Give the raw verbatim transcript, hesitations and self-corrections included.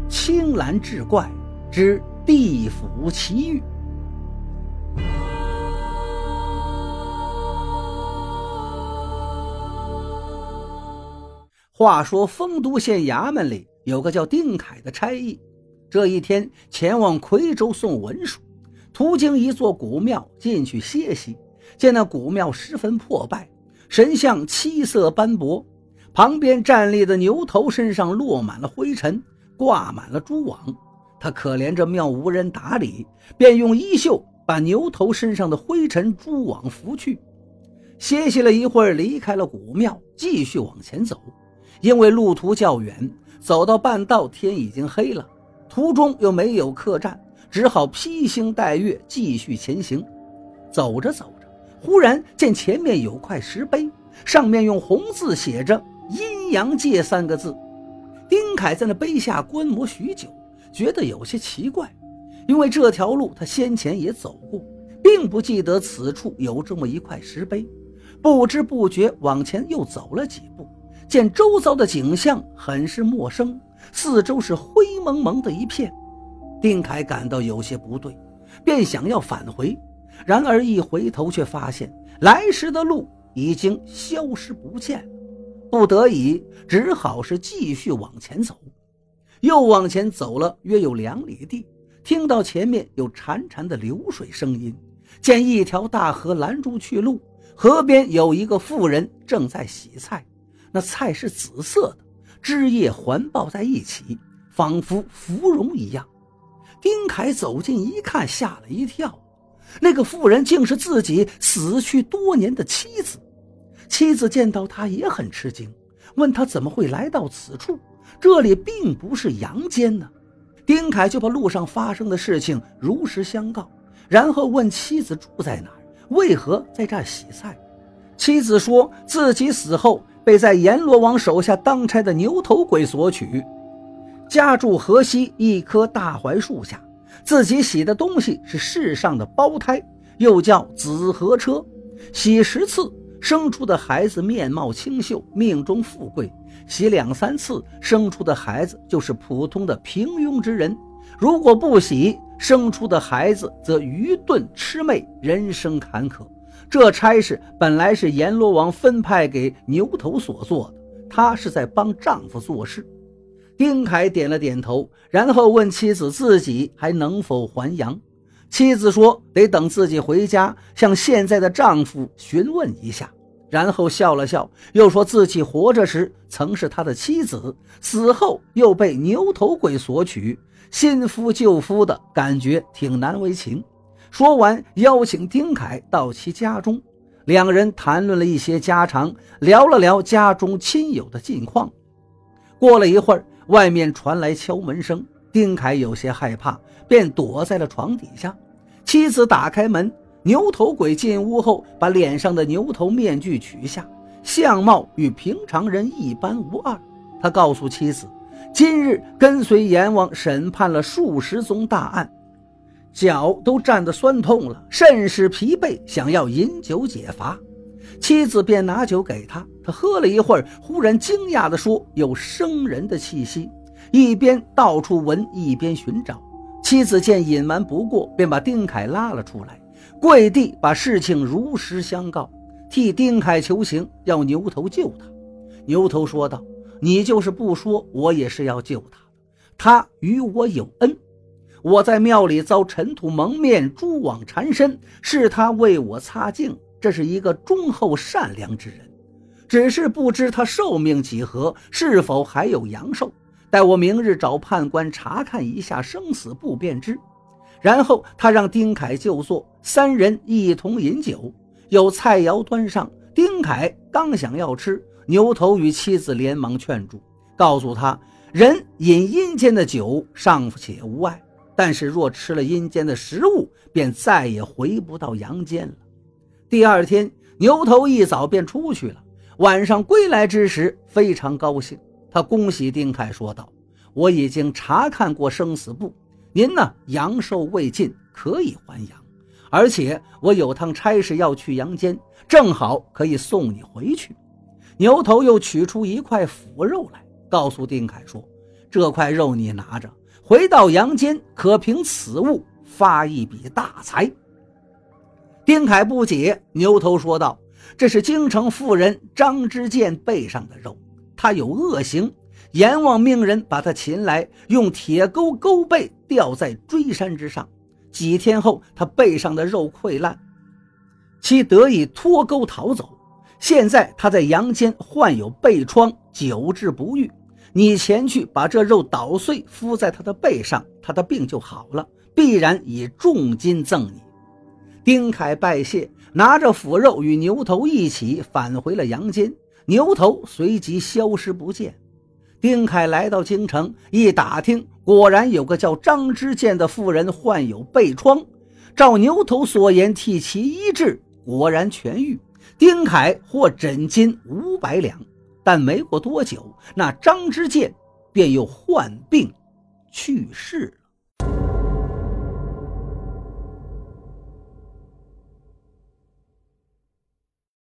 青蓝志怪之地府奇遇。话说丰都县衙门里有个叫丁凯的差役，这一天前往夔州送文书，途经一座古庙，进去歇息，见那古庙十分破败，神像七色斑驳，旁边站立的牛头身上落满了灰尘，挂满了蛛网。他可怜这庙无人打理，便用衣袖把牛头身上的灰尘蛛网拂去。歇息了一会儿，离开了古庙，继续往前走。因为路途较远，走到半道天已经黑了，途中又没有客栈，只好披星戴月继续前行。走着走着，忽然见前面有块石碑，上面用红字写着阴阳界三个字。丁凯在那碑下观摩许久，觉得有些奇怪，因为这条路他先前也走过，并不记得此处有这么一块石碑。不知不觉往前又走了几步，见周遭的景象很是陌生，四周是灰蒙蒙的一片。丁凯感到有些不对，便想要返回，然而一回头却发现来时的路已经消失不见了，不得已只好是继续往前走。又往前走了约有两里地，听到前面有潺潺的流水声音，见一条大河拦住去路，河边有一个妇人正在洗菜，那菜是紫色的，枝叶环抱在一起，仿佛芙蓉一样。丁凯走近一看，吓了一跳，那个妇人竟是自己死去多年的妻子。妻子见到他也很吃惊，问他怎么会来到此处，这里并不是阳间呢。丁凯就把路上发生的事情如实相告，然后问妻子住在哪儿，为何在这儿洗菜。妻子说自己死后被在阎罗王手下当差的牛头鬼所取，家住河西一棵大槐树下，自己洗的东西是世上的胞胎，又叫紫河车，洗十次生出的孩子面貌清秀，命中富贵，洗两三次生出的孩子就是普通的平庸之人，如果不洗生出的孩子则愚钝痴昧，人生坎坷。这差事本来是阎罗王分派给牛头所做的，他是在帮丈夫做事。丁凯点了点头，然后问妻子自己还能否还阳。妻子说得等自己回家向现在的丈夫询问一下，然后笑了笑，又说自己活着时曾是他的妻子，死后又被牛头鬼所取，新夫旧夫的感觉挺难为情。说完邀请丁凯到其家中，两人谈论了一些家常，聊了聊家中亲友的近况。过了一会儿，外面传来敲门声，丁凯有些害怕，便躲在了床底下。妻子打开门，牛头鬼进屋后把脸上的牛头面具取下，相貌与平常人一般无二。他告诉妻子，今日跟随阎王审判了数十宗大案，脚都站得酸痛了，甚是疲惫，想要饮酒解乏。妻子便拿酒给他，他喝了一会儿，忽然惊讶地说有生人的气息，一边到处闻一边寻找。妻子见隐瞒不过，便把丁凯拉了出来，跪地把事情如实相告，替丁凯求情，要牛头救他。牛头说道，你就是不说，我也是要救他的，他与我有恩，我在庙里遭尘土蒙面，蛛网缠身，是他为我擦净，这是一个忠厚善良之人，只是不知他寿命几何，是否还有阳寿，待我明日找判官查看一下生死簿便知。然后他让丁凯就坐，三人一同饮酒，有菜肴端上，丁凯刚想要吃，牛头与妻子连忙劝住，告诉他人饮阴间的酒尚且无碍，但是若吃了阴间的食物，便再也回不到阳间了。第二天牛头一早便出去了，晚上归来之时非常高兴，他恭喜丁凯说道，我已经查看过生死簿，您呢阳寿未尽，可以还阳，而且我有趟差事要去阳间，正好可以送你回去。牛头又取出一块腐肉来，告诉丁凯说，这块肉你拿着， 回到阳间，可凭此物发一笔大财。丁凯不解，牛头说道：这是京城妇人张之健背上的肉，他有恶行，阎王命人把他擒来，用铁钩钩背，吊在锥山之上。几天后，他背上的肉溃烂，其得以脱钩逃走。现在他在阳间患有背疮，久治不愈，你前去把这肉捣碎，敷在他的背上，他的病就好了，必然以重金赠你。丁凯拜谢，拿着腐肉与牛头一起返回了阳间，牛头随即消失不见。丁凯来到京城一打听，果然有个叫张之健的妇人患有背疮，照牛头所言替其医治，果然痊愈。丁凯获诊金五百两，但没过多久，那张之健便又患病去世。